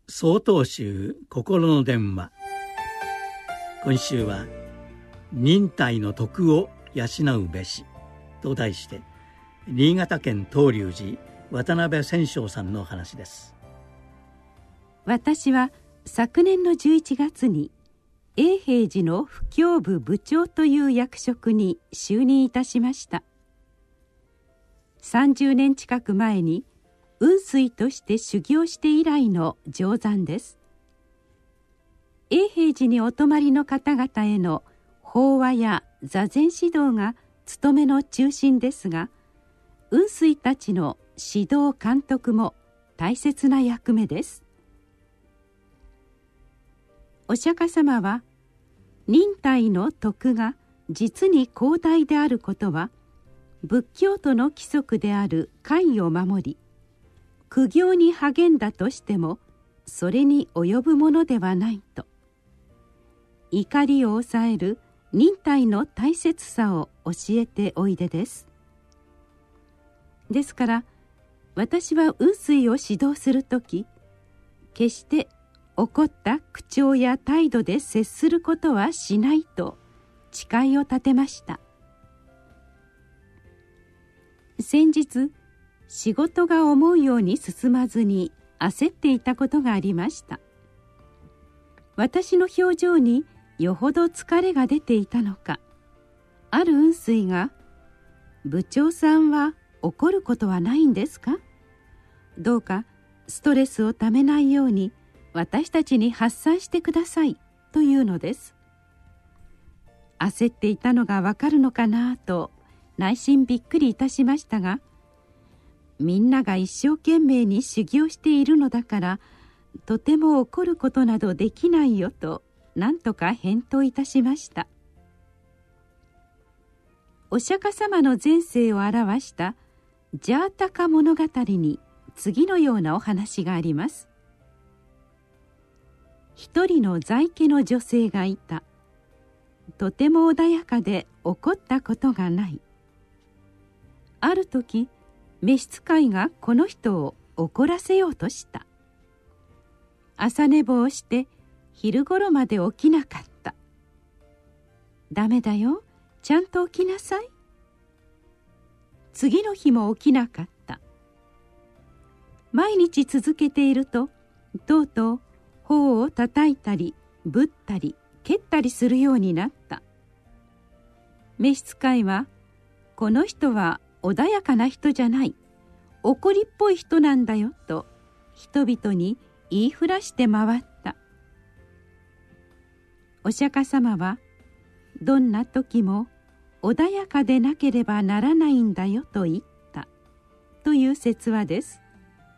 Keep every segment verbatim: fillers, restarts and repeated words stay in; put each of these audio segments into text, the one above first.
曹洞宗心の電話。今週は忍耐の徳を養うべしと題して、新潟県東龍寺渡辺千正さんの話です。 私は昨年のじゅういちがつに永平寺の布教部部長という役職に就任いたしました。さんじゅうねん近く前に雲水として修行して以来の定山です。永平寺にお泊まりの方々への法話や座禅指導が務めの中心ですが、雲水たちの指導監督も大切な役目です。お釈迦様は忍耐の徳が実に広大であることは、仏教徒の規則である戒を守り、苦行に励んだとしてもそれに及ぶものではないと、怒りを抑える忍耐の大切さを教えておいでです。ですから私は雲水を指導するとき、決して怒った口調や態度で接することはしないと誓いを立てました。先日仕事が思うように進まずに焦っていたことがありました。私の表情によほど疲れが出ていたのか、ある雲水が「部長さんは怒ることはないんですか？どうかストレスをためないように私たちに発散してください」というのです。焦っていたのがわかるのかなと内心びっくりいたしましたが、みんなが一生懸命に修行しているのだから、とても怒ることなどできないよと何とか返答いたしました。お釈迦様の前世を表したジャータカ物語に次のようなお話があります。一人の在家の女性がいた。とても穏やかで怒ったことがない。ある時、召使いがこの人を怒らせようとした。朝寝坊して昼ごろまで起きなかった。ダメだよ、ちゃんと起きなさい。次の日も起きなかった。毎日続けていると、とうとう頬を叩いたりぶったり蹴ったりするようになった。召使いは、この人は穏やかな人じゃない、怒りっぽい人なんだよと人々に言いふらして回った。お釈迦様は、どんな時も穏やかでなければならないんだよと言ったという説話です。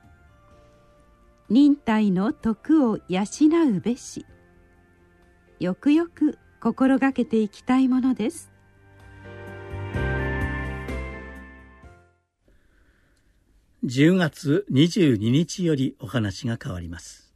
忍耐の徳を養うべし、よくよく心がけていきたいものです。 じゅうがつにじゅうににちよりお話が変わります。